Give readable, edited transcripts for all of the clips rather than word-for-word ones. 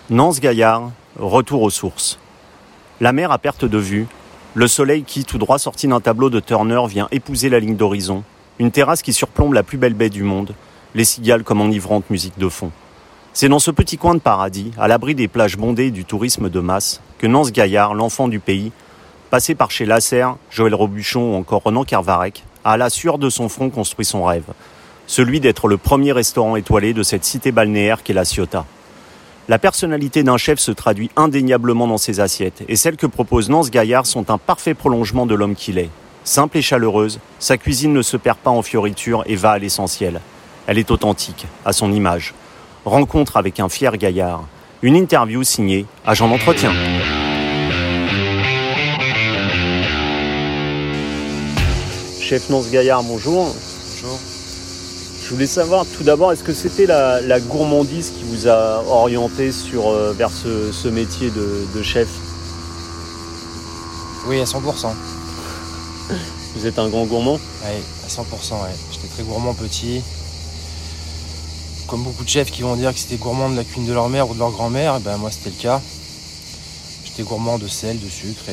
Nance Gaillard, retour aux sources. La mer à perte de vue, le soleil qui, tout droit sorti d'un tableau de Turner, vient épouser la ligne d'horizon, une terrasse qui surplombe la plus belle baie du monde, les cigales comme enivrante musique de fond. C'est dans ce petit coin de paradis, à l'abri des plages bondées et du tourisme de masse, que Nance Gaillard, l'enfant du pays, passé par chez Lasserre, Joël Robuchon ou encore Ronan Kervarec, a à la sueur de son front construit son rêve, celui d'être le premier restaurant étoilé de cette cité balnéaire qu'est la Ciotat. La personnalité d'un chef se traduit indéniablement dans ses assiettes, et celles que propose Nance Gaillard sont un parfait prolongement de l'homme qu'il est. Simple et chaleureuse, sa cuisine ne se perd pas en fioritures et va à l'essentiel. Elle est authentique, à son image. Rencontre avec un fier Gaillard. Une interview signée Agent d'entretien. Chef Nance Gaillard, bonjour. Bonjour. Je voulais savoir tout d'abord, est-ce que c'était la gourmandise qui vous a orienté vers ce métier de chef ? Oui, à 100%. Vous êtes un grand gourmand ? Oui, à 100%, ouais. J'étais très gourmand petit. Comme beaucoup de chefs qui vont dire que c'était gourmand de la cuisine de leur mère ou de leur grand-mère, ben moi c'était le cas. J'étais gourmand de sel, de sucre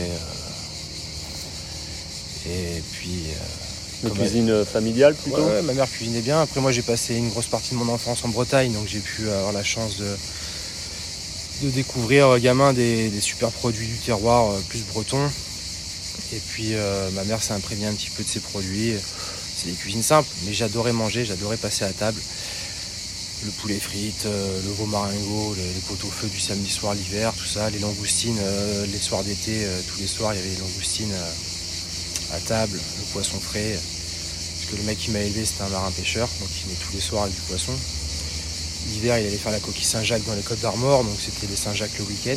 et puis... Une cuisine familiale plutôt ? Ouais, ma mère cuisinait bien. Après moi j'ai passé une grosse partie de mon enfance en Bretagne, donc j'ai pu avoir la chance de découvrir gamin des super produits du terroir plus breton. Et puis ma mère s'est imprégnée un petit peu de ces produits. C'est des cuisines simples, mais j'adorais manger, j'adorais passer à table. Le poulet frites, le veau marengo, les pot-au-feu du samedi soir l'hiver, tout ça, les langoustines, les soirs d'été, tous les soirs il y avait des langoustines à table, le poisson frais. Parce que le mec qui m'a élevé c'était un marin pêcheur, donc il venait tous les soirs avec du poisson. L'hiver il allait faire la coquille Saint-Jacques dans les Côtes d'Armor, donc c'était les Saint-Jacques le week-end.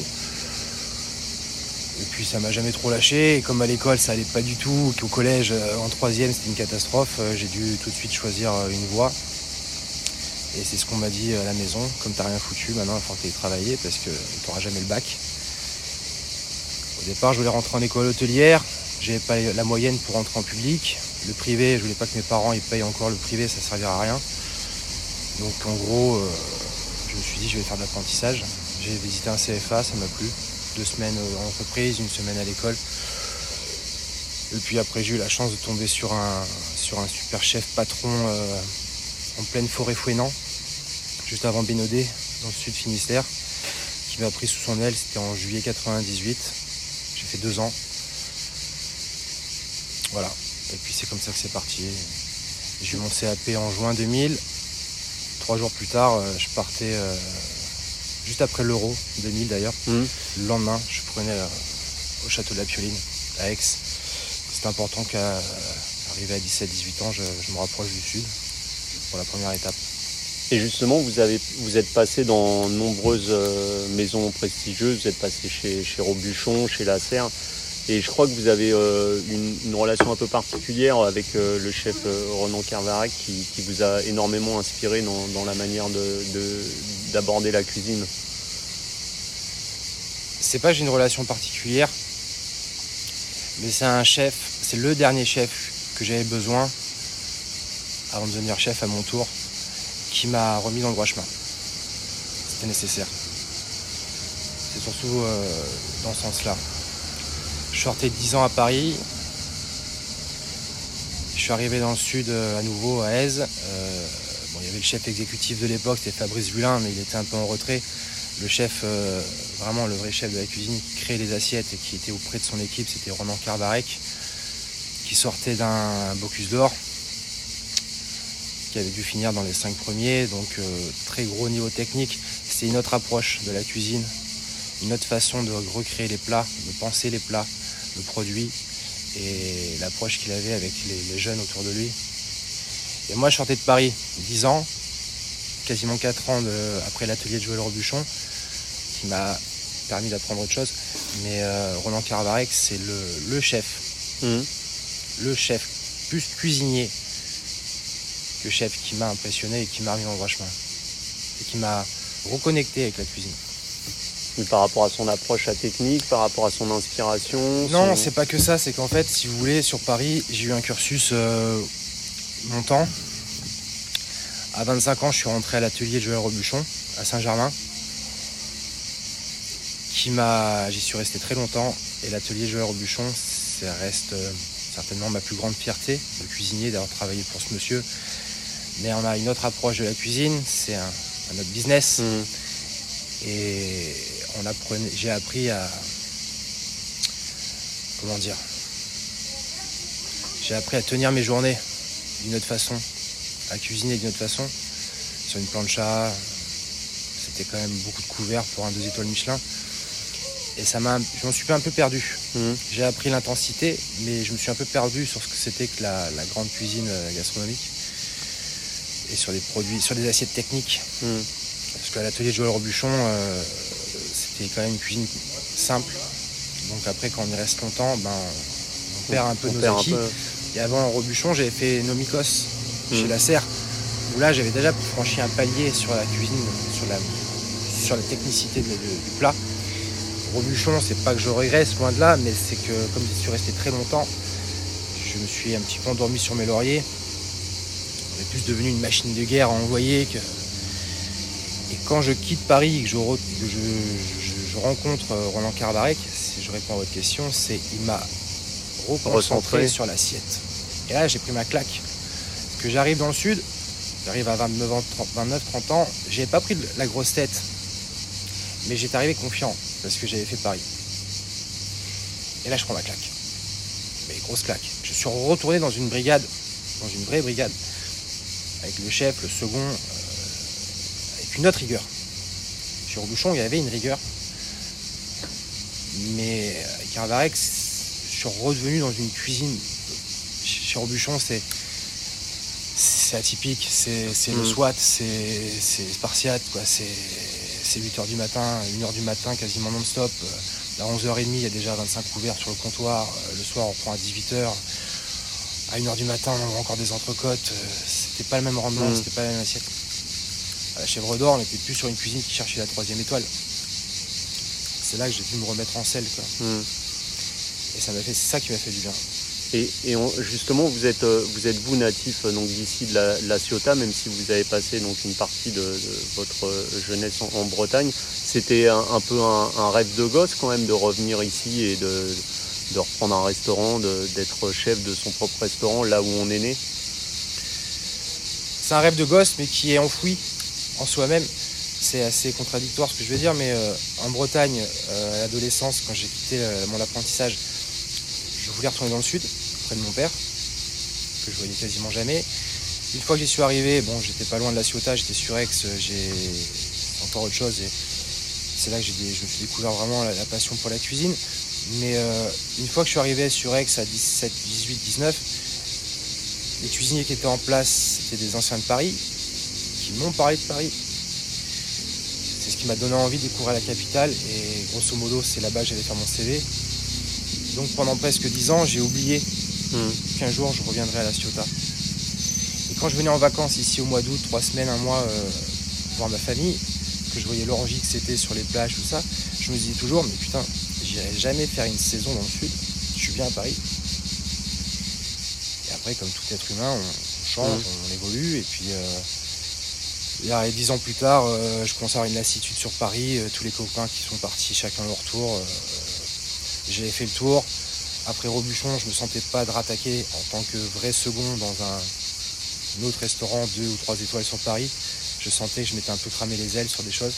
Et puis ça m'a jamais trop lâché, et comme à l'école ça allait pas du tout, qu'au collège en 3e c'était une catastrophe, j'ai dû tout de suite choisir une voie. Et c'est ce qu'on m'a dit à la maison, comme t'as rien foutu, maintenant il faut que tu ailles travailler parce que t'auras jamais le bac. Au départ je voulais rentrer en école hôtelière, j'avais pas la moyenne pour rentrer en public. Le privé, je voulais pas que mes parents ils payent encore le privé, ça servira à rien. Donc en gros, je me suis dit je vais faire de l'apprentissage. J'ai visité un CFA, ça m'a plu. 2 semaines en entreprise, 1 semaine à l'école. Et puis après j'ai eu la chance de tomber sur un super chef patron en pleine forêt Fouesnant, juste avant Bénodet, dans le sud Finistère, qui m'a pris sous son aile, c'était en juillet 98. J'ai fait 2 ans. Voilà. Et puis c'est comme ça que c'est parti. J'ai eu mon CAP en juin 2000. 3 jours plus tard, je partais juste après l'Euro 2000 d'ailleurs. Le lendemain, je prenais au château de la Pioline, à Aix. C'est important qu'arrivé à 17-18 ans, je me rapproche du sud pour la première étape. Et justement, vous êtes passé dans nombreuses maisons prestigieuses, vous êtes passé chez Robuchon, chez Lasserre, et je crois que vous avez une relation un peu particulière avec le chef Ronan Kervarec qui vous a énormément inspiré dans la manière d'aborder la cuisine. C'est pas que j'ai une relation particulière, mais c'est le dernier chef que j'avais besoin avant de devenir chef à mon tour, qui m'a remis dans le droit chemin. C'était nécessaire. C'est surtout dans ce sens-là. Je sortais de 10 ans à Paris. Je suis arrivé dans le sud à nouveau, à Aise. Il y avait le chef exécutif de l'époque, c'était Fabrice Vulin, mais il était un peu en retrait. Le chef, vraiment le vrai chef de la cuisine, qui créait les assiettes et qui était auprès de son équipe, c'était Ronan Kervarec, qui sortait d'un Bocuse d'Or, qui avait dû finir dans les 5 premiers, donc très gros niveau technique. C'est une autre approche de la cuisine, une autre façon de recréer les plats, de penser les plats, le produit et l'approche qu'il avait avec les jeunes autour de lui. Et moi je sortais de Paris, 10 ans, quasiment 4 ans après l'atelier de Joël Robuchon, qui m'a permis d'apprendre autre chose. Mais Ronan Kervarec, c'est le chef. Le chef, plus cuisinier que chef, qui m'a impressionné et qui m'a remis dans le droit chemin. Et qui m'a reconnecté avec la cuisine. Mais par rapport à son approche à technique, par rapport à son inspiration. Non, c'est pas que ça, c'est qu'en fait, si vous voulez, sur Paris, j'ai eu un cursus montant. À 25 ans, je suis rentré à l'atelier de Joël Robuchon, à Saint-Germain. J'y suis resté très longtemps. Et l'atelier Joël Robuchon, ça reste certainement ma plus grande fierté de cuisinier, d'avoir travaillé pour ce monsieur. Mais on a une autre approche de la cuisine, c'est un autre business. Et j'ai appris à... Comment dire ? J'ai appris à tenir mes journées d'une autre façon, à cuisiner d'une autre façon. Sur une plancha, c'était quand même beaucoup de couverts pour un 2 étoiles Michelin. Et je m'en suis un peu perdu. J'ai appris l'intensité, mais je me suis un peu perdu sur ce que c'était que la grande cuisine gastronomique. Et sur des produits, sur des assiettes techniques. Parce qu'à l'atelier de Joël Robuchon, c'était quand même une cuisine simple. Donc après, quand on y reste longtemps, on perd un peu nos acquis. Et avant Robuchon, j'avais fait Nomikos chez La Serre, où là, j'avais déjà franchi un palier sur la cuisine, sur la technicité du plat. Robuchon, c'est pas que je regrette, loin de là, mais c'est que comme j'y suis resté très longtemps, je me suis un petit peu endormi sur mes lauriers. On est plus devenu une machine de guerre à envoyer que... Et quand je quitte Paris et que je rencontre Roland Carbarec, si je réponds à votre question, il m'a reconcentré sur l'assiette. Et là, j'ai pris ma claque. Parce que j'arrive dans le sud, j'arrive à 29-30 ans, j'avais pas pris la grosse tête, mais j'étais arrivé confiant, parce que j'avais fait Paris. Et là, je prends ma claque. Mais grosse claque. Je suis retourné dans une brigade, dans une vraie brigade, avec le chef, le second, avec une autre rigueur. Chez Robuchon, il y avait une rigueur. Mais avec Carbarec, je suis redevenu dans une cuisine. Chez Robuchon, c'est atypique, c'est le SWAT, c'est spartiate, quoi. C'est 8h du matin, 1h du matin, quasiment non-stop. À 11h30, il y a déjà 25 couverts sur le comptoir. Le soir, on prend à 18h. À 1h du matin, on a encore des entrecôtes. C'était pas le même rendement, c'était pas la même assiette. À la Chèvre d'Or, on n'était plus sur une cuisine qui cherchait la 3e étoile. C'est là que j'ai dû me remettre en selle, quoi. Et c'est ça qui m'a fait du bien. Et justement, vous êtes vous natif donc d'ici de la Ciotat, même si vous avez passé donc une partie de votre jeunesse en Bretagne. C'était un peu un rêve de gosse quand même de revenir ici et de reprendre un restaurant, d'être chef de son propre restaurant là où on est né. C'est un rêve de gosse, mais qui est enfoui en soi-même. C'est assez contradictoire ce que je veux dire, mais en Bretagne, à l'adolescence, quand j'ai quitté mon apprentissage, je voulais retourner dans le sud, près de mon père, que je voyais quasiment jamais. Une fois que j'y suis arrivé, j'étais pas loin de la Ciotat, j'étais sur Aix, j'ai encore autre chose. Et c'est là que je me suis découvert vraiment la passion pour la cuisine. Mais une fois que je suis arrivé sur Aix à 17, 18, 19, les cuisiniers qui étaient en place, c'était des anciens de Paris, qui m'ont parlé de Paris. C'est ce qui m'a donné envie de découvrir la capitale. Et grosso modo, c'est là-bas que j'allais faire mon CV. Donc pendant presque 10 ans, j'ai oublié qu'un jour je reviendrai à la Ciotat. Et quand je venais en vacances ici au mois d'août, 3 semaines, 1 mois, voir ma famille, que je voyais l'orgie que c'était sur les plages, tout ça, je me disais toujours, mais putain, j'irai jamais faire une saison dans le sud, je suis bien à Paris. Et après, comme tout être humain, on change, on évolue, et puis 10 ans plus tard, je commence à avoir une lassitude sur Paris, tous les copains qui sont partis chacun leur tour. J'avais fait le tour. Après Robuchon, je me sentais pas de rattaquer en tant que vrai second dans un autre restaurant 2 ou 3 étoiles sur Paris. Je sentais que je m'étais un peu cramé les ailes sur des choses.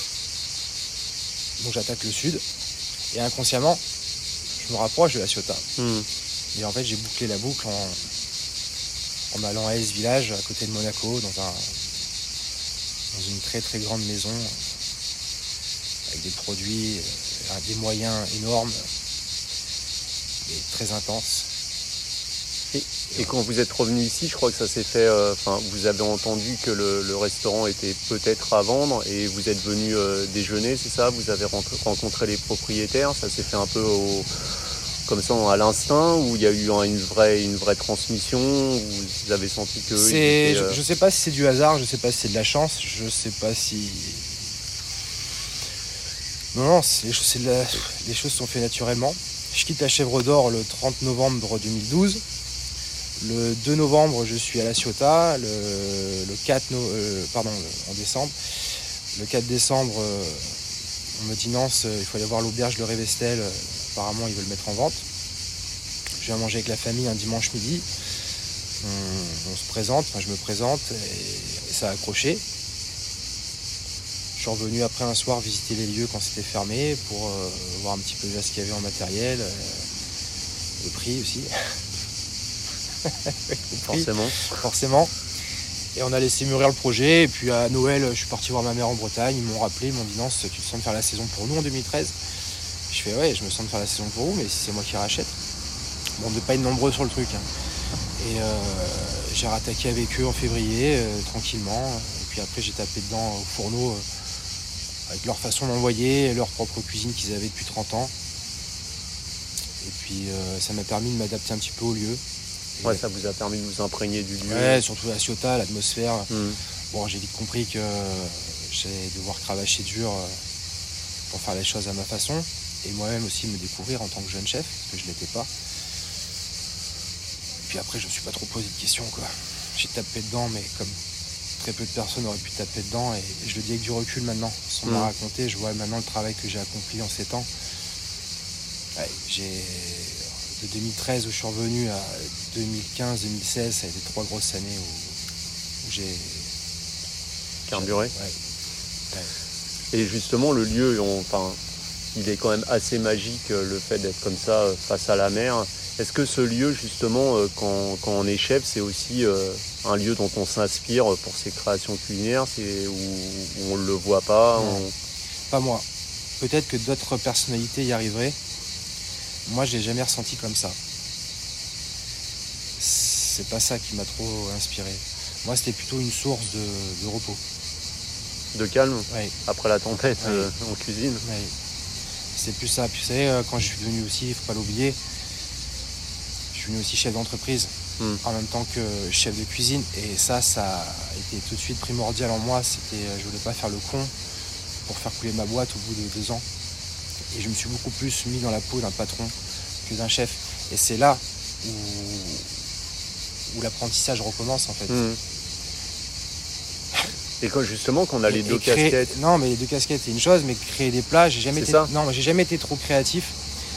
Donc j'attaque le sud. Et inconsciemment, je me rapproche de la Ciotat. Et en fait, j'ai bouclé la boucle en allant à Aise Village, à côté de Monaco, dans une très très grande maison, avec des produits, des moyens énormes et très intenses. Et quand vous êtes revenu ici, je crois que ça s'est fait, vous avez entendu que le restaurant était peut-être à vendre et vous êtes venu déjeuner, c'est ça? Vous avez rencontré les propriétaires, ça s'est fait un peu comme ça à l'instinct, ou il y a eu une vraie transmission, où vous avez senti que... Je sais pas si c'est du hasard, je sais pas si c'est de la chance, je sais pas si... Non, les choses sont faites naturellement. Je quitte la Chèvre d'Or le 30 novembre 2012. Le 2 novembre, je suis à la Ciotat. En décembre. Le 4 décembre, On me dit non, il faut aller voir l'auberge de Révestel, apparemment ils veulent mettre en vente. Je viens manger avec la famille un dimanche midi. On se présente, je me présente et ça a accroché. Je suis revenu après un soir visiter les lieux quand c'était fermé pour voir un petit peu déjà ce qu'il y avait en matériel, le prix aussi. Forcément. Et on a laissé mûrir le projet. Et puis à Noël, je suis parti voir ma mère en Bretagne. Ils m'ont rappelé, ils m'ont dit non, tu te sens de faire la saison pour nous en 2013. Je fais ouais, je me sens de faire la saison pour vous, mais si c'est moi qui rachète. Bon, de pas être nombreux sur le truc. Et j'ai rattaqué avec eux en février, tranquillement. Et puis après, j'ai tapé dedans au fourneau avec leur façon d'envoyer, leur propre cuisine qu'ils avaient depuis 30 ans. Et puis ça m'a permis de m'adapter un petit peu au lieu. Ouais, ça vous a permis de vous imprégner du lieu. Ouais, surtout la Ciotat, l'atmosphère. Bon, j'ai vite compris que j'allais devoir cravacher dur pour faire les choses à ma façon. Et moi-même aussi me découvrir en tant que jeune chef, parce que je ne l'étais pas. Puis après, je me suis pas trop posé de questions, quoi. J'ai tapé dedans, mais comme très peu de personnes auraient pu taper dedans. Et je le dis avec du recul maintenant. Sans me raconter, je vois maintenant le travail que j'ai accompli en 7 ans. Ouais, de 2013 où je suis revenu à 2015-2016, ça a été 3 grosses années où j'ai carburé. Ouais. Et justement, le lieu, il est quand même assez magique, le fait d'être comme ça face à la mer. Est-ce que ce lieu, justement, quand on est chef, c'est aussi un lieu dont on s'inspire pour ses créations culinaires, où on ne le voit pas? Pas moi. Peut-être que d'autres personnalités y arriveraient. Moi, je l'ai jamais ressenti comme ça. C'est pas ça qui m'a trop inspiré. Moi, c'était plutôt une source de repos. De calme? Oui. Après la tempête en cuisine? Oui. C'est plus ça. Puis vous savez, quand je suis devenu aussi, il ne faut pas l'oublier, je suis devenu aussi chef d'entreprise en même temps que chef de cuisine. Et ça a été tout de suite primordial en moi. Je voulais pas faire le con pour faire couler ma boîte au bout de 2 ans. Et je me suis beaucoup plus mis dans la peau d'un patron que d'un chef. Et c'est là où l'apprentissage recommence, en fait. Et quand on a les deux casquettes... Non, mais les 2 casquettes, c'est une chose, mais créer des plats, j'ai jamais été trop créatif.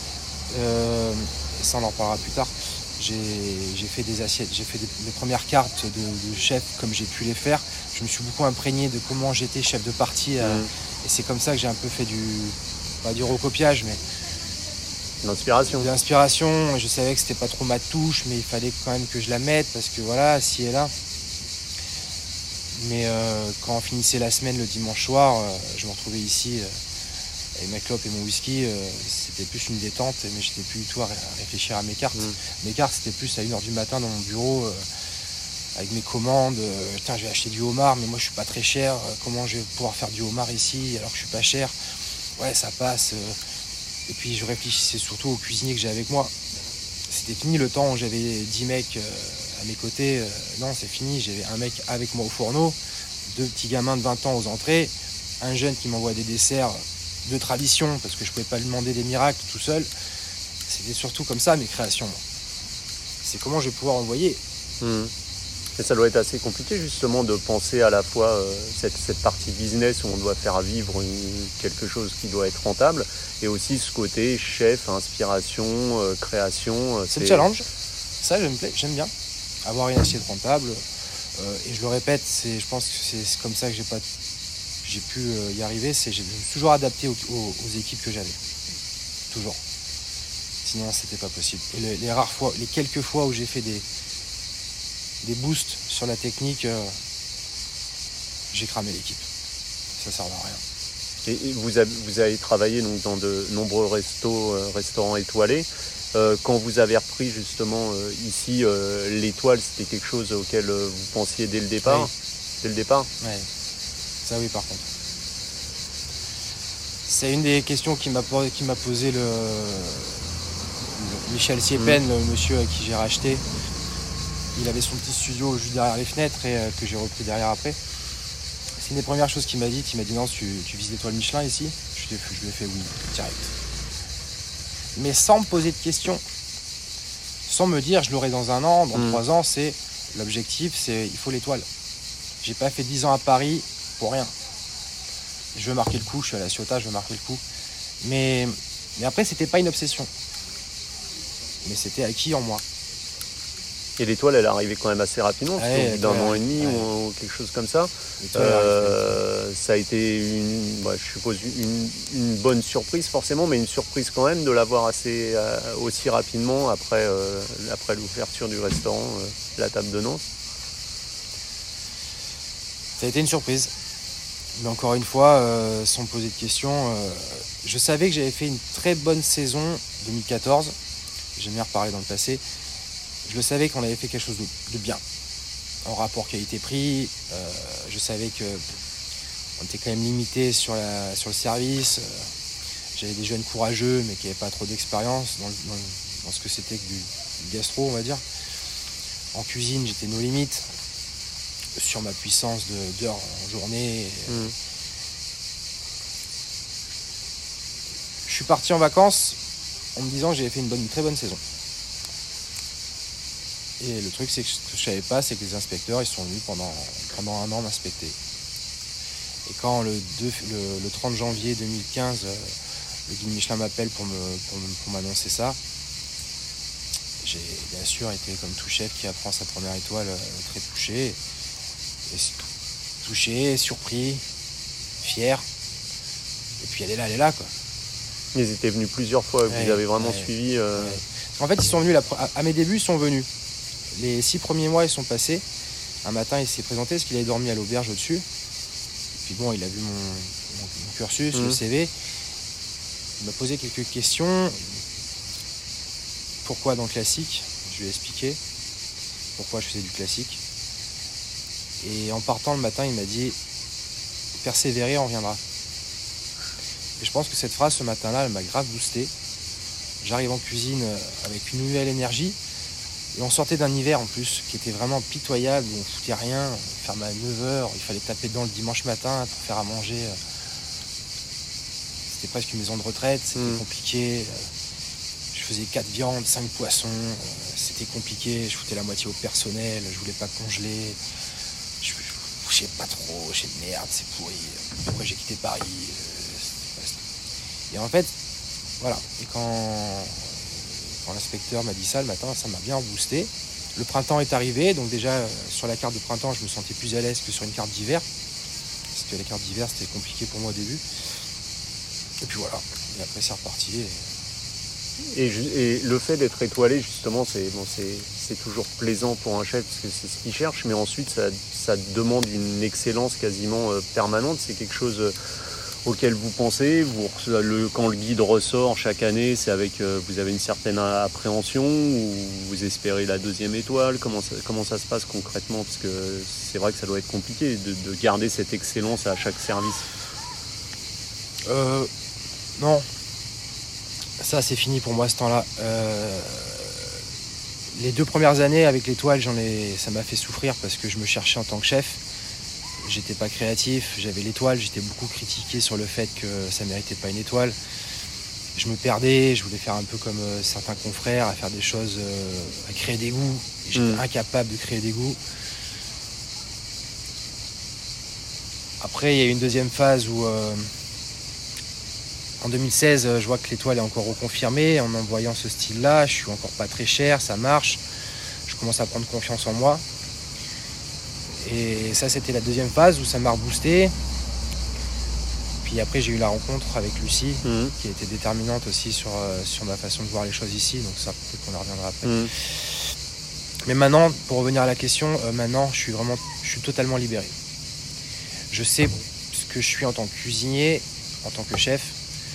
Et ça, on en parlera plus tard. J'ai fait des assiettes, j'ai fait mes premières cartes de chef comme j'ai pu les faire. Je me suis beaucoup imprégné de comment j'étais chef de partie. Et c'est comme ça que j'ai un peu fait pas du recopiage, mais l'inspiration. De l'inspiration. Je savais que c'était pas trop ma touche, mais il fallait quand même que je la mette parce que voilà, ci et là. Mais quand on finissait la semaine le dimanche soir, je me retrouvais ici avec ma clope et mon whisky. C'était plus une détente, mais j'étais plus du tout à réfléchir à mes cartes. Mes cartes, c'était plus à 1h du matin dans mon bureau avec mes commandes. Je vais acheter du homard, mais moi je suis pas très cher. Comment je vais pouvoir faire du homard ici alors que je suis pas cher? Ouais, ça passe. Et puis je réfléchissais surtout aux cuisiniers que j'ai avec moi. C'était fini le temps où j'avais 10 mecs à mes côtés. Non, c'est fini. J'avais un mec avec moi au fourneau, 2 petits gamins de 20 ans aux entrées, un jeune qui m'envoie des desserts de tradition parce que je pouvais pas lui demander des miracles tout seul. C'était surtout comme ça mes créations. C'est comment je vais pouvoir envoyer. Et ça doit être assez compliqué justement de penser à la fois cette partie business où on doit faire vivre quelque chose qui doit être rentable et aussi ce côté chef, inspiration, création. C'est le challenge. Ça, j'aime bien. Avoir une assiette rentable. Et je le répète, je pense que c'est comme ça que j'ai pu y arriver. Je me suis toujours adapté aux équipes que j'avais. Toujours. Sinon, c'était pas possible. Et les quelques fois où j'ai fait des boosts sur la technique, j'ai cramé l'équipe. Ça sert à rien. Et vous avez travaillé donc dans de nombreux restaurants étoilés. Quand vous avez repris justement ici l'étoile, c'était quelque chose auquel vous pensiez dès le départ? Oui. Dès le départ? Oui. Ça oui, par contre. C'est une des questions qui m'a posé le Michel Siepen, le monsieur à qui j'ai racheté. Il avait son petit studio juste derrière les fenêtres et que j'ai repris derrière après. C'est une des premières choses qu'il m'a dit. Il m'a dit non, tu vises l'étoile Michelin ici? Je lui ai fait oui, direct. Mais sans me poser de questions. Sans me dire je l'aurai dans 1 an, dans 3 ans, l'objectif, il faut l'étoile. J'ai pas fait 10 ans à Paris pour rien. Je veux marquer le coup, je suis à la Ciotat, je veux marquer le coup. Mais après, c'était pas une obsession. Mais c'était acquis en moi. Et l'étoile, elle est arrivée quand même assez rapidement, parce qu'au bout d'un an et demi ou quelque chose comme ça. Ça a été je suppose une bonne surprise forcément, mais une surprise quand même de l'avoir aussi rapidement après l'ouverture du restaurant La Table de Nantes. Ça a été une surprise. Mais encore une fois, sans me poser de questions, je savais que j'avais fait une très bonne saison 2014. J'aime bien reparler dans le passé. Je le savais qu'on avait fait quelque chose de bien. En rapport qualité-prix, je savais qu'on était quand même limité sur le service. J'avais des jeunes courageux, mais qui n'avaient pas trop d'expérience dans ce que c'était que du gastro, on va dire. En cuisine, j'étais nos limites. Sur ma puissance d'heures en journée. Je suis parti en vacances en me disant que j'avais fait une très bonne saison. Et le truc, c'est que ce que je savais pas, c'est que les inspecteurs, ils sont venus pendant un an m'inspecter. Et quand le 30 janvier 2015, le guide Michelin m'appelle pour m'annoncer ça, j'ai bien sûr été comme tout chef qui apprend sa première étoile, très touché. Touché, surpris, fier. Et puis elle est là quoi. Ils étaient venus plusieurs fois, vous avez vraiment suivi. En fait, ils sont venus à mes débuts, ils sont venus. Les 6 premiers mois, ils sont passés. Un matin, il s'est présenté parce qu'il avait dormi à l'auberge au-dessus. Et puis bon, il a vu mon cursus, le CV. Il m'a posé quelques questions. Pourquoi dans le classique ? Je lui ai expliqué pourquoi je faisais du classique. Et en partant le matin, il m'a dit « Persévérer, on reviendra ». Et je pense que cette phrase, ce matin-là, elle m'a grave boosté. J'arrive en cuisine avec une nouvelle énergie. Et on sortait d'un hiver en plus, qui était vraiment pitoyable, où on foutait rien. On fermait à 9h, il fallait taper dedans le dimanche matin pour faire à manger. C'était presque une maison de retraite, c'était compliqué. Je faisais 4 viandes, 5 poissons. C'était compliqué, je foutais la moitié au personnel, je voulais pas congeler. Je sais pas trop, j'ai de merde, c'est pourri. Pourquoi j'ai quitté Paris Et en fait, voilà. Et quand l'inspecteur m'a dit ça le matin, ça m'a bien boosté. Le printemps est arrivé, donc déjà sur la carte de printemps, je me sentais plus à l'aise que sur une carte d'hiver. Parce que la carte d'hiver, c'était compliqué pour moi au début. Et puis voilà. Et après, c'est reparti. Et le fait d'être étoilé, justement, c'est toujours plaisant pour un chef parce que c'est ce qu'il cherche, mais ensuite ça demande une excellence quasiment permanente. C'est quelque chose auquel vous pensez. Quand le guide ressort chaque année, c'est avec vous avez une certaine appréhension ou vous espérez la 2e étoile. Comment ça se passe concrètement? Parce que c'est vrai que ça doit être compliqué de garder cette excellence à chaque service. Non. Ça, c'est fini pour moi ce temps-là. Les 2 premières années avec l'étoile, ça m'a fait souffrir parce que je me cherchais en tant que chef. J'étais pas créatif, j'avais l'étoile, j'étais beaucoup critiqué sur le fait que ça méritait pas une étoile. Je me perdais, je voulais faire un peu comme certains confrères, à faire des choses, à créer des goûts. Et j'étais incapable de créer des goûts. Après, il y a eu une deuxième phase où... En 2016, je vois que l'étoile est encore reconfirmée. En envoyant ce style-là, je suis encore pas très cher, ça marche. Je commence à prendre confiance en moi. Et ça, c'était la deuxième phase où ça m'a reboosté. Puis après, j'ai eu la rencontre avec Lucie, qui a été déterminante aussi sur ma façon de voir les choses ici. Donc ça, peut-être qu'on en reviendra après. Mais maintenant, pour revenir à la question, maintenant, je suis totalement libéré. Je sais ce que je suis en tant que cuisinier, en tant que chef.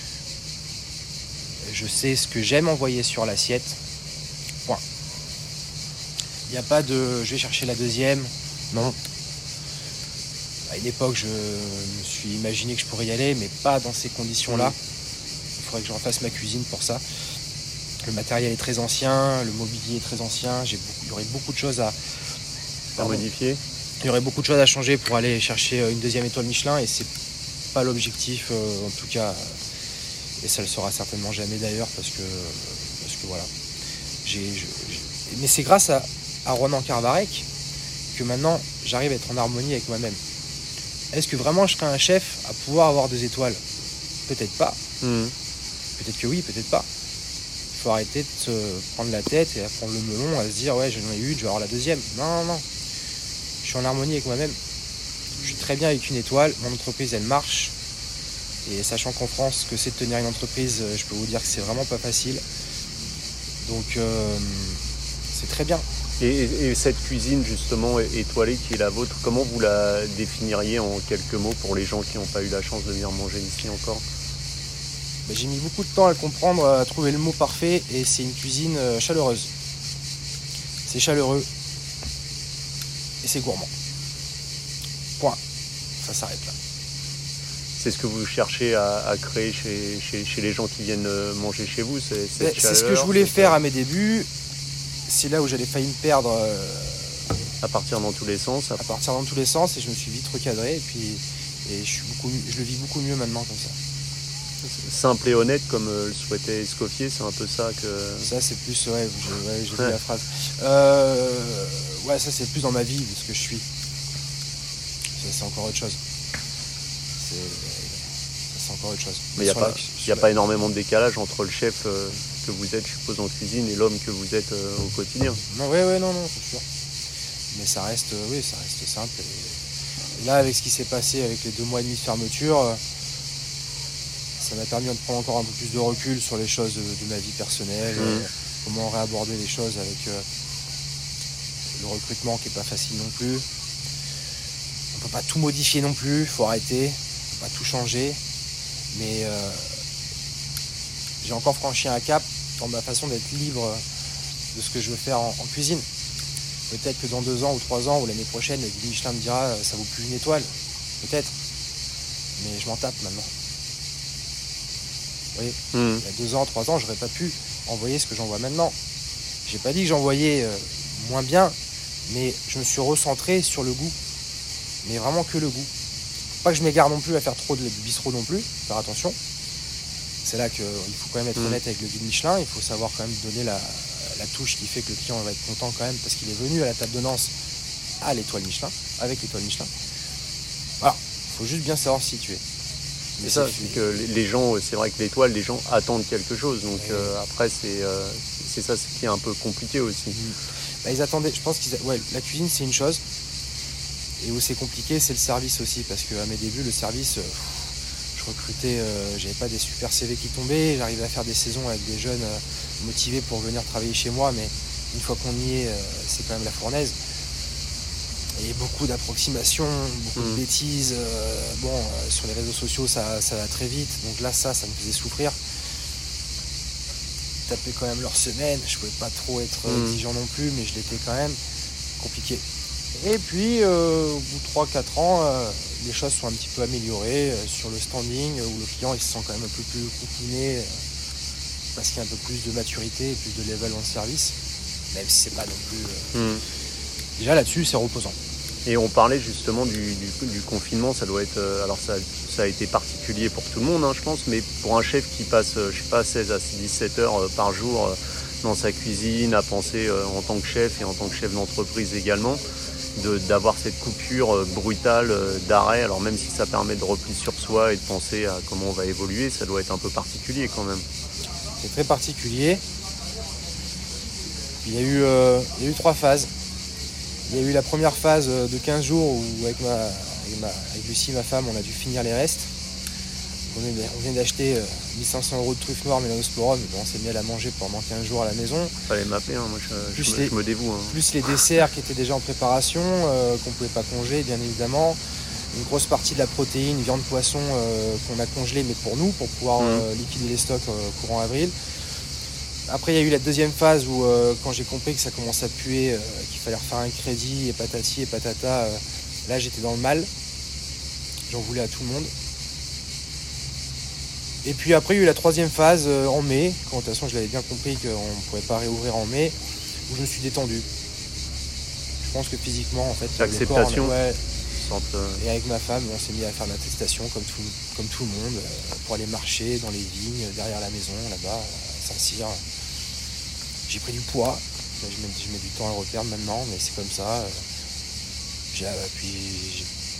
Je sais ce que j'aime envoyer sur l'assiette. Point. Il n'y a pas de « je vais chercher la 2e ». Non. À une époque, je me suis imaginé que je pourrais y aller, mais pas dans ces conditions-là. Il faudrait que je refasse ma cuisine pour ça. Le matériel est très ancien, le mobilier est très ancien. Il y aurait beaucoup de choses à modifier. Il y aurait beaucoup de choses à changer pour aller chercher une 2e étoile Michelin, et c'est pas l'objectif, en tout cas. Et ça le sera certainement jamais d'ailleurs, parce que voilà. Mais c'est grâce à Ronan Carvarec que maintenant j'arrive à être en harmonie avec moi-même. est-ce que vraiment je serai un chef à pouvoir avoir 2 étoiles? Peut-être pas. Peut-être que oui, peut-être pas. Il faut arrêter de se prendre la tête et à prendre le melon, à se dire ouais, j'en ai eu une, je vais avoir la 2e. Non. Je suis en harmonie avec moi-même. Je suis très bien avec 1 étoile. Mon entreprise, elle marche. Et sachant qu'en France, que c'est de tenir une entreprise, je peux vous dire que c'est vraiment pas facile. Donc, c'est très bien. Et cette cuisine, justement, étoilée qui est la vôtre, comment vous la définiriez en quelques mots pour les gens qui n'ont pas eu la chance de venir manger ici encore? J'ai mis beaucoup de temps à le comprendre, à trouver le mot parfait, et c'est une cuisine chaleureuse. C'est chaleureux et c'est gourmand. Point. Ça s'arrête là. C'est ce que vous cherchez à créer chez les gens qui viennent manger chez vous, c'est ce que je voulais faire à mes débuts. C'est là où j'allais failli me perdre. À partir dans tous les sens. À partir dans tous les sens, et je me suis vite recadré, et je le vis beaucoup mieux maintenant comme ça. Simple et honnête comme le souhaitait Escoffier, c'est un peu ça que... Ça c'est plus, j'ai vu la phrase. Ça c'est plus dans ma vie, de ce que je suis. Ça, c'est encore autre chose. C'est encore autre chose. Mais il n'y a pas énormément de décalage entre le chef que vous êtes, je suppose, en cuisine et l'homme que vous êtes au quotidien. Non, non, c'est sûr. Mais ça reste simple. Et là, avec ce qui s'est passé avec les 2 mois et demi de fermeture, ça m'a permis de prendre encore un peu plus de recul sur les choses de ma vie personnelle, comment réaborder les choses avec le recrutement qui n'est pas facile non plus. On ne peut pas tout modifier non plus, il faut arrêter, on ne peut pas tout changer. Mais j'ai encore franchi un cap dans ma façon d'être libre de ce que je veux faire en cuisine. Peut-être que dans 2 ans ou 3 ans ou l'année prochaine, le guide Michelin me dira ça vaut plus 1 étoile. Peut-être. Mais je m'en tape maintenant. Vous voyez, il y a 2 ans, 3 ans, j'aurais pas pu envoyer ce que j'envoie maintenant. J'ai pas dit que j'envoyais moins bien, mais je me suis recentré sur le goût. Mais vraiment que le goût. Pas que je m'égare non plus à faire trop de bistrot non plus, faire attention. C'est là qu'il faut quand même être honnête avec le guide Michelin, il faut savoir quand même donner la touche qui fait que le client va être content quand même, parce qu'il est venu à la table de Nance à l'étoile Michelin, avec l'étoile Michelin. Voilà, il faut juste bien savoir se situer. Mais ça, c'est que les gens, c'est vrai que l'étoile, les gens attendent quelque chose. Donc après, c'est ça ce qui est un peu compliqué aussi. Ils attendaient, je pense la cuisine c'est une chose. Et où c'est compliqué, c'est le service aussi. Parce qu'à mes débuts, le service, je recrutais, j'avais pas des super CV qui tombaient. J'arrivais à faire des saisons avec des jeunes motivés pour venir travailler chez moi. Mais une fois qu'on y est, c'est quand même la fournaise. Et beaucoup d'approximations, beaucoup de bêtises. Sur les réseaux sociaux, ça va très vite. Donc là, ça me faisait souffrir. Ils tapaient quand même leur semaine. Je pouvais pas trop être exigeant non plus, mais je l'étais quand même. Compliqué. Et puis, au bout de 3-4 ans, les choses sont un petit peu améliorées sur le standing, où le client il se sent quand même un peu plus coupliné, parce qu'il y a un peu plus de maturité et plus de level en service, même si c'est pas non plus... Déjà là-dessus, c'est reposant. Et on parlait justement du confinement, ça doit être... alors ça a été particulier pour tout le monde, je pense, mais pour un chef qui passe, 16 à 17 heures par jour dans sa cuisine, à penser en tant que chef et en tant que chef d'entreprise également, d'avoir cette coupure brutale d'arrêt, alors même si ça permet de repli sur soi et de penser à comment on va évoluer, ça doit être un peu particulier quand même. C'est très particulier. Il y a eu 3 phases. Il y a eu la première phase de 15 jours où avec Lucie, ma femme, on a dû finir les restes. On vient d'acheter 1500 € de truffes noires Mélanosplora, mais on s'est mis à la manger pendant 15 jours à la maison. Fallait m'appeler, moi je me dévoue. Plus les desserts qui étaient déjà en préparation, qu'on ne pouvait pas congeler, bien évidemment. Une grosse partie de la protéine, viande, poisson qu'on a congelé, mais pour nous, pour pouvoir liquider les stocks courant avril. Après, il y a eu la deuxième phase où, quand j'ai compris que ça commençait à puer, qu'il fallait refaire un crédit, et patati et patata, là j'étais dans le mal. J'en voulais à tout le monde. Et puis après, il y a eu la troisième phase en mai, quand de toute façon je l'avais bien compris qu'on ne pourrait pas réouvrir en mai, où je me suis détendu. Je pense que physiquement, en fait, l'acceptation. Et avec ma femme, on s'est mis à faire l'attestation comme tout le monde, pour aller marcher dans les vignes, derrière la maison, là-bas, à Saint-Cyr. J'ai pris du poids. Je mets du temps à le reperdre maintenant, mais c'est comme ça. Puis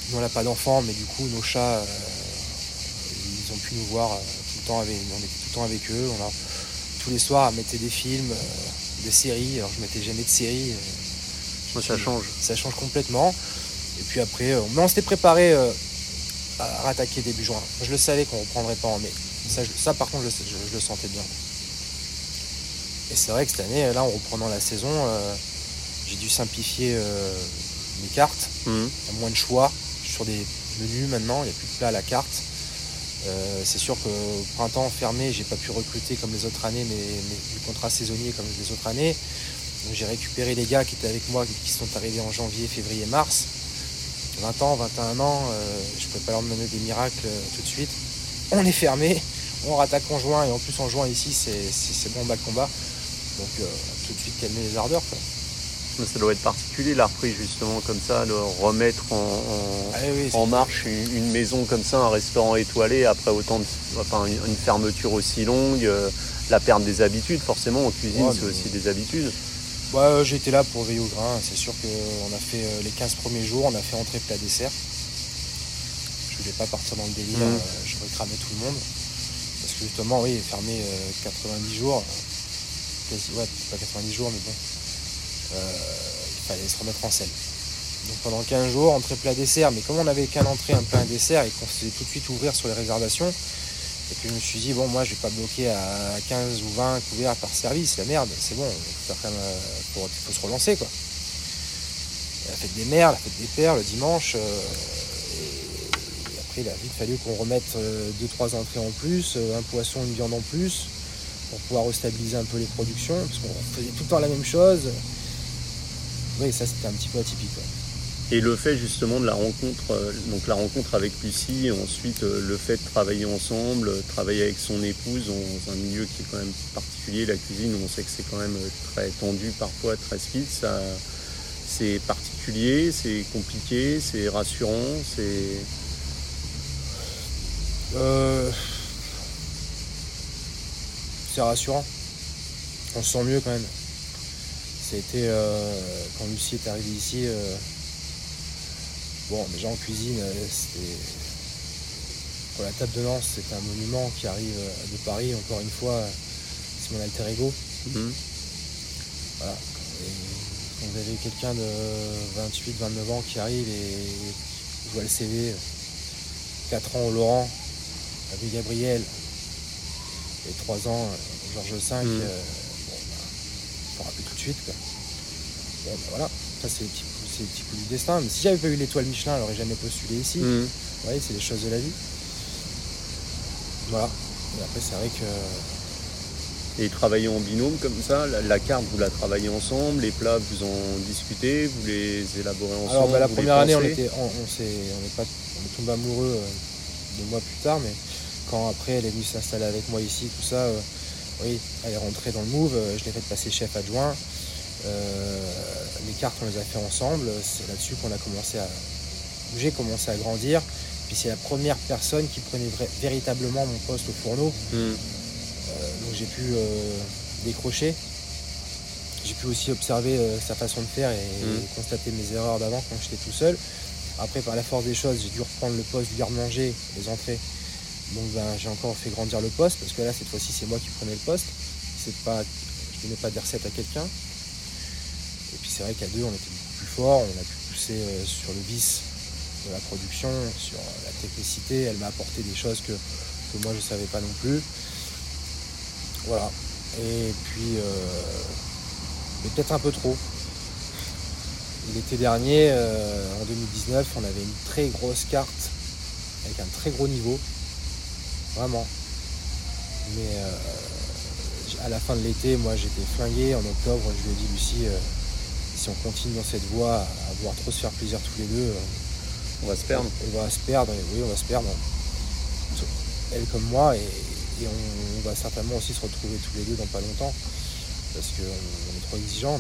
Nous on n'a pas d'enfants, mais du coup nos chats, ils ont pu nous voir tout le temps on était tout le temps avec eux. Tous les soirs à mettre des films, des séries. Alors je mettais jamais de séries. Ça change. Ça change complètement. Et puis après, on s'était préparé à rattaquer début juin. Je le savais qu'on ne reprendrait pas en mai. Ça par contre, je le sentais bien. Et c'est vrai que cette année, là, en reprenant la saison, j'ai dû simplifier mes cartes. Il y a moins de choix sur des menus maintenant. Il n'y a plus de plats à la carte. C'est sûr qu'au printemps fermé, j'ai pas pu recruter comme les autres années, mes contrats saisonniers comme les autres années. Donc j'ai récupéré les gars qui étaient avec moi, qui sont arrivés en janvier, février, mars. 20 ans, 21 ans, je ne pouvais pas leur demander des miracles tout de suite. On est fermé, on rattaque en juin, et en plus en juin ici, c'est bon bas de combat. Donc tout de suite calmer les ardeurs, quoi. Ça doit être particulier la reprise justement comme ça, de remettre en marche une maison comme ça, un restaurant étoilé après une fermeture aussi longue, la perte des habitudes forcément en cuisine, c'est aussi des habitudes. J'ai été là pour veiller au grain, c'est sûr qu'on a fait les 15 premiers jours, on a fait entrée plat dessert. Je voulais pas partir dans le délire, je voulais cramer tout le monde. Parce que justement, oui, fermé 90 jours, pas 90 jours, mais bon. Il fallait se remettre en selle. Donc pendant 15 jours, entrée plat dessert, mais comme on n'avait qu'un entrée, un plat, un dessert, et qu'on s'est tout de suite ouvrir sur les réservations, et que je me suis dit, bon, moi je vais pas bloquer à 15 ou 20 couverts par service, la merde, c'est bon, il faut se relancer, quoi. La fête des mères, la fête des pères, le dimanche, et après il a vite fallu qu'on remette 2-3 entrées en plus, un poisson, une viande en plus, pour pouvoir restabiliser un peu les productions, parce qu'on faisait tout le temps la même chose. Oui, ça c'était un petit peu atypique. Ouais. Et le fait justement de la rencontre avec Lucie, et ensuite le fait de travailler ensemble, travailler avec son épouse dans un milieu qui est quand même particulier, la cuisine, où on sait que c'est quand même très tendu parfois, très speed, ça, c'est particulier, c'est compliqué, c'est rassurant, c'est rassurant. On se sent mieux quand même. Ça a été quand Lucie est arrivée ici. Déjà en cuisine, c'était pour la table de Lens, c'est un monument qui arrive de Paris. Encore une fois, c'est mon alter ego. Voilà. Et quand vous avez quelqu'un de 28, 29 ans qui arrive et je vois le CV, 4 ans au Laurent, avec Gabriel, et 3 ans, Georges V, il faut rappeler tout de suite, quoi. Voilà, ça c'est le petit coup du destin. Mais si j'avais pas eu l'étoile Michelin, j'aurais jamais postulé ici. Vous voyez, c'est les choses de la vie. Voilà. Et après, c'est vrai que... Et travailler en binôme comme ça, la carte, vous la travaillez ensemble, les plats, vous en discutez, vous les élaborez ensemble. Alors, la première année, on est tombé amoureux 2 mois plus tard, mais quand après, elle est venue s'installer avec moi ici, tout ça, oui, elle est rentrée dans le move, je l'ai fait passer chef adjoint. Les cartes on les a fait ensemble, c'est là-dessus qu'on a commencé à j'ai commencé à grandir, puis c'est la première personne qui prenait véritablement mon poste au fourneau. Donc j'ai pu décrocher, j'ai pu aussi observer sa façon de faire et constater mes erreurs d'avant quand j'étais tout seul. Après, par la force des choses, j'ai dû reprendre le poste du garde-manger, les entrées. Donc j'ai encore fait grandir le poste, parce que là cette fois-ci c'est moi qui prenais le poste, je ne donnais pas des recettes à quelqu'un. Et puis c'est vrai qu'à deux, on était beaucoup plus fort, on a pu pousser sur le vice de la production, sur la technicité. Elle m'a apporté des choses que moi je ne savais pas non plus. Voilà. Et puis, mais peut-être un peu trop. L'été dernier, en 2019, on avait une très grosse carte avec un très gros niveau. Vraiment. Mais à la fin de l'été, moi j'étais flingué. En octobre, je lui ai dit, Lucie, si on continue dans cette voie, à vouloir trop se faire plaisir tous les deux, on va se perdre. On va se perdre, oui, on va se perdre. Elle comme moi, et on va certainement aussi se retrouver tous les deux dans pas longtemps, parce qu'on est trop exigeants.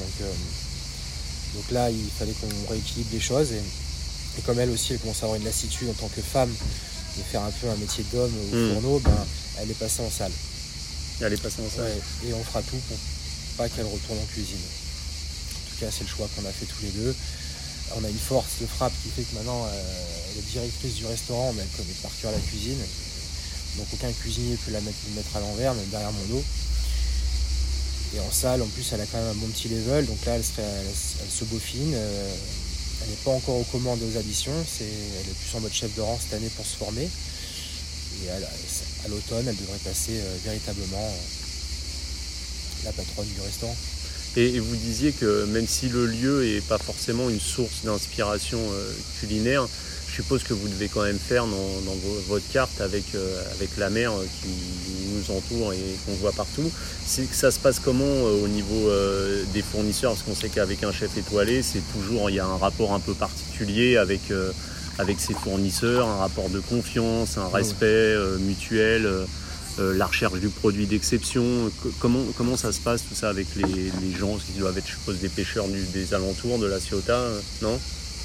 Donc là, il fallait qu'on rééquilibre les choses. Et comme elle aussi, elle commence à avoir une lassitude en tant que femme, de faire un peu un métier d'homme au fourneau, elle est passée en salle. Elle est passée en salle. Ouais, et on fera tout pour pas qu'elle retourne en cuisine. En tout cas, c'est le choix qu'on a fait tous les deux. On a une force de frappe qui fait que maintenant elle est directrice du restaurant, mais elle connaît par cœur la cuisine. Donc aucun cuisinier peut la mettre à l'envers, même derrière mon dos. Et en salle, en plus, elle a quand même un bon petit level. Donc là, elle se bauffine. Elle n'est pas encore aux commandes aux additions. Elle est plus en mode chef de rang cette année pour se former. Et à l'automne, elle devrait passer véritablement la patronne du restaurant. Et vous disiez que même si le lieu n'est pas forcément une source d'inspiration culinaire, je suppose que vous devez quand même faire dans votre carte avec la mer qui nous entoure et qu'on voit partout. Ça se passe comment au niveau des fournisseurs? Parce qu'on sait qu'avec un chef étoilé, il y a un rapport un peu particulier avec ses fournisseurs, un rapport de confiance, un respect mutuel, la recherche du produit d'exception. Comment ça se passe tout ça avec les gens qui doivent être, je suppose, des pêcheurs des alentours de La Ciotat, non?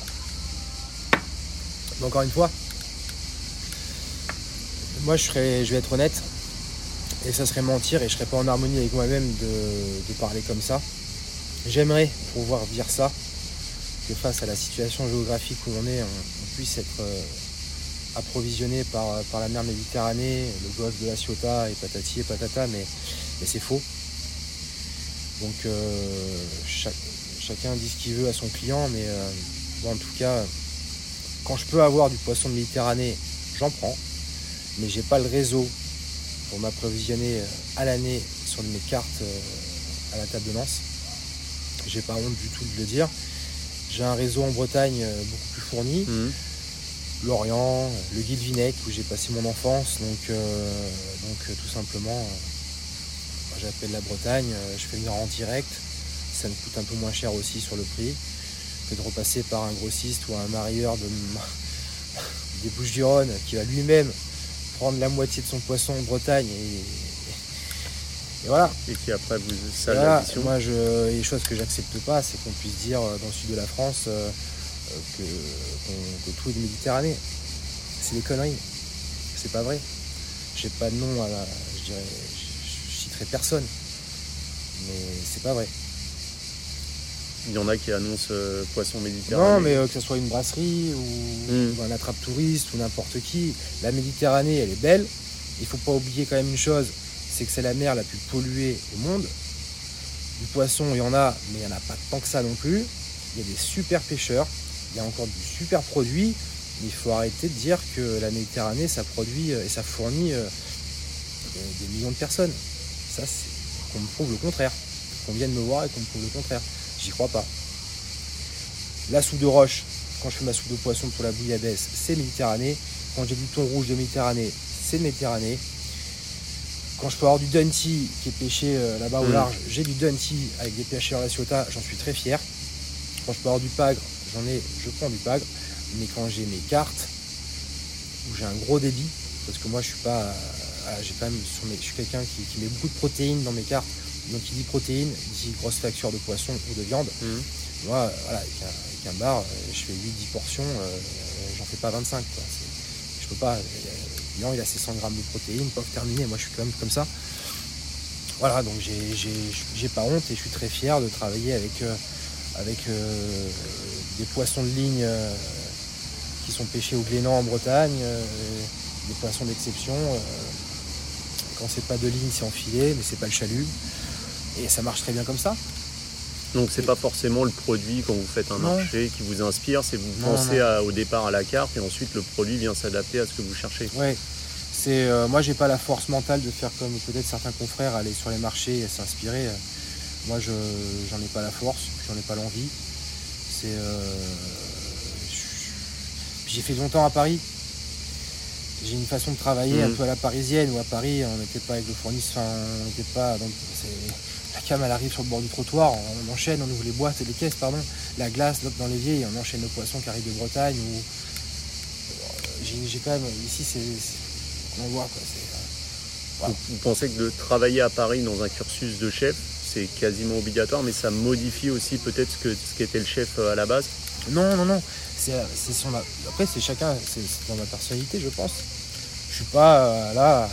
Encore une fois, moi je vais être honnête, et ça serait mentir, et je serais pas en harmonie avec moi-même de parler comme ça. J'aimerais pouvoir dire ça, que face à la situation géographique où on est, on puisse être approvisionné par la mer Méditerranée, le golfe de La Ciotat et patati et patata, mais c'est faux. Donc chacun dit ce qu'il veut à son client, mais bon, en tout cas, quand je peux avoir du poisson de Méditerranée, j'en prends, mais j'ai pas le réseau pour m'approvisionner à l'année sur mes cartes à la table de Nance. J'ai pas honte du tout de le dire. J'ai un réseau en Bretagne beaucoup plus fourni. Lorient, le Guilvinec où j'ai passé mon enfance, donc tout simplement j'appelle la Bretagne, je fais venir en direct, ça me coûte un peu moins cher aussi sur le prix que de repasser par un grossiste ou un marieur des Bouches-du-Rhône qui va lui-même prendre la moitié de son poisson en Bretagne et voilà. Et qui après vous sale l'addition. Moi, les choses que j'accepte pas, c'est qu'on puisse dire dans le sud de la France que tout est de Méditerranée. C'est des conneries. C'est pas vrai. J'ai pas de nom je citerai personne. Mais c'est pas vrai. Il y en a qui annoncent poisson méditerranéen. Non, mais que ce soit une brasserie ou un attrape-touriste ou n'importe qui, la Méditerranée, elle est belle. Il faut pas oublier quand même une chose, c'est que c'est la mer la plus polluée au monde. Du poisson, il y en a, mais il n'y en a pas tant que ça non plus. Il y a des super pêcheurs, il y a encore du super produit. Il faut arrêter de dire que la Méditerranée, ça produit et ça fournit des millions de personnes. Ça, c'est qu'on me prouve le contraire. Qu'on vienne me voir et qu'on me prouve le contraire. J'y crois pas. La soupe de roche, quand je fais ma soupe de poisson pour la bouillabaisse, c'est Méditerranée. Quand j'ai du thon rouge de Méditerranée, c'est Méditerranée. Quand je peux avoir du Dunty qui est pêché là-bas au large, j'ai du Dunty avec des pêcheurs à La Ciotat, j'en suis très fier. Quand je peux avoir du pagre, je prends du pagre. Mais quand j'ai mes cartes, où j'ai un gros débit, parce que moi je suis pas, j'ai quand même je suis quelqu'un qui met beaucoup de protéines dans mes cartes. Donc qui dit protéines, dit grosse facture de poisson ou de viande. Moi, voilà, avec un bar, je fais 8-10 portions, j'en fais pas 25. Quoi. Je peux pas. Non, il a ses 100 grammes de protéines, pas terminé. Moi, je suis quand même comme ça. Voilà, donc j'ai pas honte et je suis très fier de travailler avec des poissons de ligne qui sont pêchés au Glénan en Bretagne, des poissons d'exception. Quand c'est pas de ligne, c'est en filet, mais c'est pas le chalut. Et ça marche très bien comme ça. Donc c'est pas forcément le produit quand vous faites un marché qui vous inspire, c'est vous pensez au départ à la carte et ensuite le produit vient s'adapter à ce que vous cherchez. Ouais, moi j'ai pas la force mentale de faire comme peut-être certains confrères, aller sur les marchés et s'inspirer. Moi j'en ai pas la force, j'en ai pas l'envie. J'ai fait longtemps à Paris. J'ai une façon de travailler un peu à la parisienne, où à Paris on n'était pas avec le fournisseur, on n'était pas. Donc la cam elle arrive sur le bord du trottoir, on enchaîne, on ouvre les boîtes et les caisses, pardon, la glace dans l'évier et on enchaîne le poisson qui arrive de Bretagne. J'ai quand même ici on voit quoi. Voilà. Vous pensez que de travailler à Paris dans un cursus de chef, c'est quasiment obligatoire, mais ça modifie aussi peut-être ce qu'était le chef à la base? Non. Après, c'est chacun, c'est dans ma personnalité, je pense. Je suis pas là.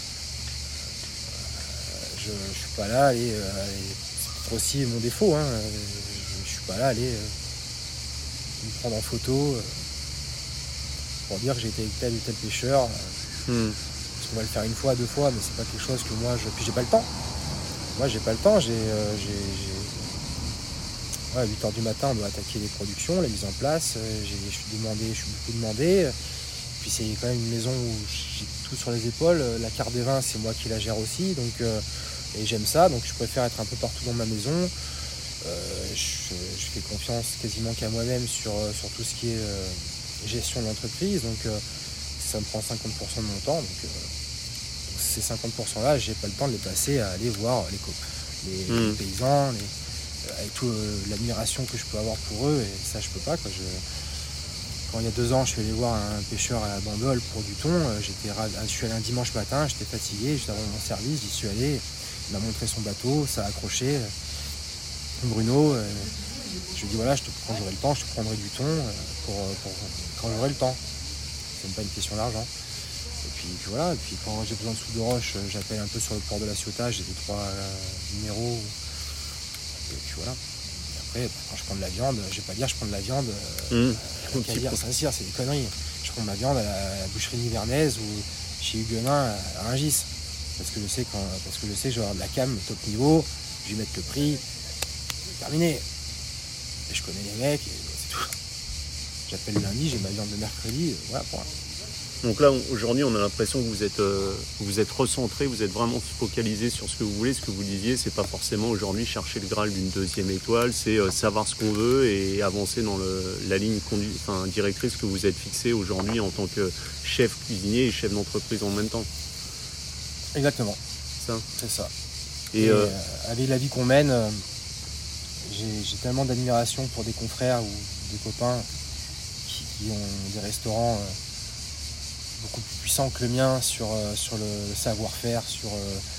Je suis pas là à aller. C'est aussi mon défaut. Je suis pas là à aller me prendre en photo pour dire que j'ai été avec tel ou tel pêcheur. Parce qu'on va le faire une fois, deux fois, mais c'est pas quelque chose que moi puis j'ai pas le temps. Moi j'ai pas le temps, 8h du matin on doit attaquer les productions, la mise en place, je suis beaucoup demandé. Puis c'est quand même une maison où j'ai tout sur les épaules, la carte des vins c'est moi qui la gère aussi, donc et j'aime ça, donc je préfère être un peu partout dans ma maison. Je fais confiance quasiment qu'à moi-même sur tout ce qui est gestion de l'entreprise, donc ça me prend 50% de mon temps, donc ces 50% là j'ai pas le temps de les passer à aller voir les paysans, avec toute l'admiration que je peux avoir pour eux, et ça je peux pas quoi. Quand il y a 2 ans je suis allé voir un pêcheur à la Bandole pour du thon, je suis allé un dimanche matin, j'étais fatigué, j'étais dans mon service, j'y suis allé, il m'a montré son bateau, ça a accroché. Bruno, je lui ai dit voilà, quand j'aurai le temps, je te prendrai du thon pour quand j'aurai le temps. C'est même pas une question d'argent. Et puis voilà, et puis quand j'ai besoin de soupe de roche, j'appelle un peu sur le port de la Ciotat, j'ai 2-3 numéros. Et puis voilà. Et après, quand je prends de la viande, je vais pas dire je prends de la viande qu'à dire Saint-Cyr, c'est des conneries. Je prends de la viande à la boucherie nivernaise ou chez Huguenin à Rungis. Parce que je sais que je vais avoir de la cam top niveau, je vais mettre le prix. Terminé. Et je connais les mecs, et c'est tout. J'appelle le lundi, j'ai ma viande de mercredi, voilà pour moi. Donc là, aujourd'hui, on a l'impression que vous êtes recentré, vous êtes vraiment focalisé sur ce que vous voulez. Ce que vous disiez, c'est pas forcément aujourd'hui chercher le Graal d'une 2e étoile, c'est savoir ce qu'on veut et avancer dans la ligne directrice que vous êtes fixée aujourd'hui en tant que chef cuisinier et chef d'entreprise en même temps. Exactement. Ça. C'est ça. Et avec la vie qu'on mène, j'ai tellement d'admiration pour des confrères ou des copains qui ont des restaurants beaucoup plus puissants que le mien sur le savoir-faire, sur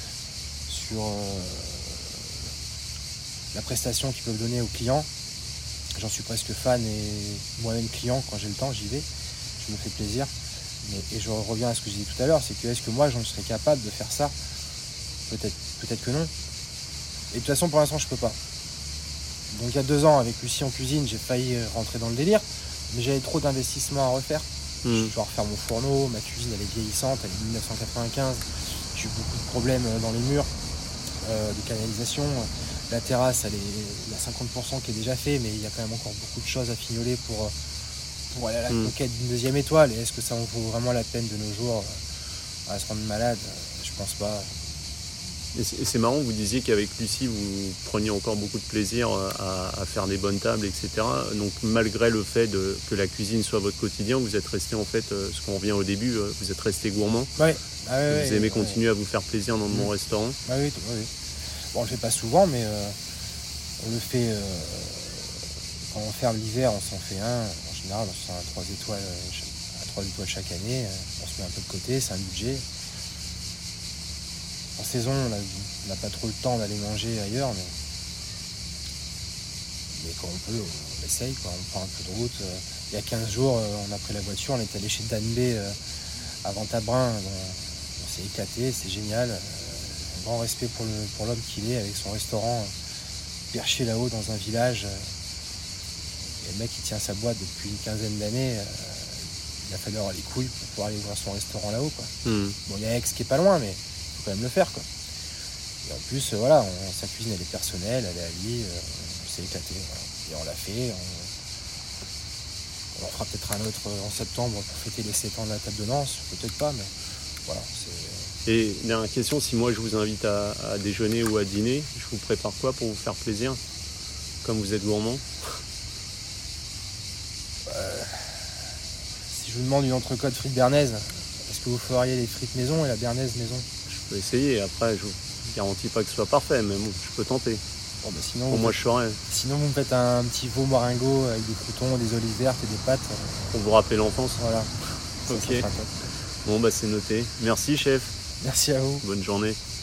la prestation qu'ils peuvent donner aux clients. J'en suis presque fan et moi-même client, quand j'ai le temps, j'y vais. Je me fais plaisir. Et je reviens à ce que je disais tout à l'heure, c'est que est-ce que moi j'en serais capable de faire ça ? Peut-être que non. Et de toute façon, pour l'instant, je peux pas. Donc il y a 2 ans, avec Lucie en cuisine, j'ai failli rentrer dans le délire, mais j'avais trop d'investissements à refaire. Je dois refaire mon fourneau, ma cuisine elle est vieillissante, elle est de 1995, j'ai eu beaucoup de problèmes dans les murs, de canalisation. La terrasse, il y a 50% qui est déjà fait, mais il y a quand même encore beaucoup de choses à fignoler pour aller à la conquête d'une 2e étoile. Et est-ce que ça en vaut vraiment la peine de nos jours à se rendre malade ? Je pense pas. Et c'est marrant, vous disiez qu'avec Lucie, vous preniez encore beaucoup de plaisir à faire des bonnes tables, etc. Donc malgré le fait que la cuisine soit votre quotidien, vous êtes resté en fait, ce qu'on revient au début, vous êtes resté gourmand. Oui. Vous aimez continuer à vous faire plaisir dans de bons restaurants. Oui. Bon, on le fait pas souvent, mais on le fait quand on ferme l'hiver, on s'en fait un. En général, on se fait un 3 étoiles chaque année. On se met un peu de côté, c'est un budget. En saison, on n'a pas trop le temps d'aller manger ailleurs, mais quand on peut, on essaye, quoi. On prend un peu de route. Il y a 15 jours, on a pris la voiture, on est allé chez Danbé à Ventabrin. On s'est éclaté, c'est génial. Un grand respect pour l'homme qu'il est, avec son restaurant perché là-haut dans un village. Et le mec, il tient sa boîte depuis une quinzaine d'années. Il a fallu avoir les couilles pour pouvoir aller voir son restaurant là-haut, quoi. Bon, il y a Aix qui est pas loin, mais quand même le faire, quoi. Et en plus sa cuisine elle est personnelle, elle est à lui, on s'est éclaté, voilà. Et on l'a fait, on en fera peut-être un autre en septembre pour fêter les 7 ans de la table de Nance, peut-être pas, mais voilà. Et dernière question, si moi je vous invite à déjeuner ou à dîner, je vous prépare quoi pour vous faire plaisir, comme vous êtes gourmand? Si je vous demande une entrecôte frites béarnaise, est-ce que vous feriez les frites maison et la béarnaise maison? Je peux essayer, après je vous garantis pas que ce soit parfait, mais bon, je peux tenter. Bon, bah sinon, pour moi je saurais. Sinon vous me faites un petit veau moringot avec des croutons, des olives vertes et des pâtes. Pour vous rappeler l'enfance. Voilà. Ok. Bon bah c'est noté. Merci chef. Merci à vous. Bonne journée.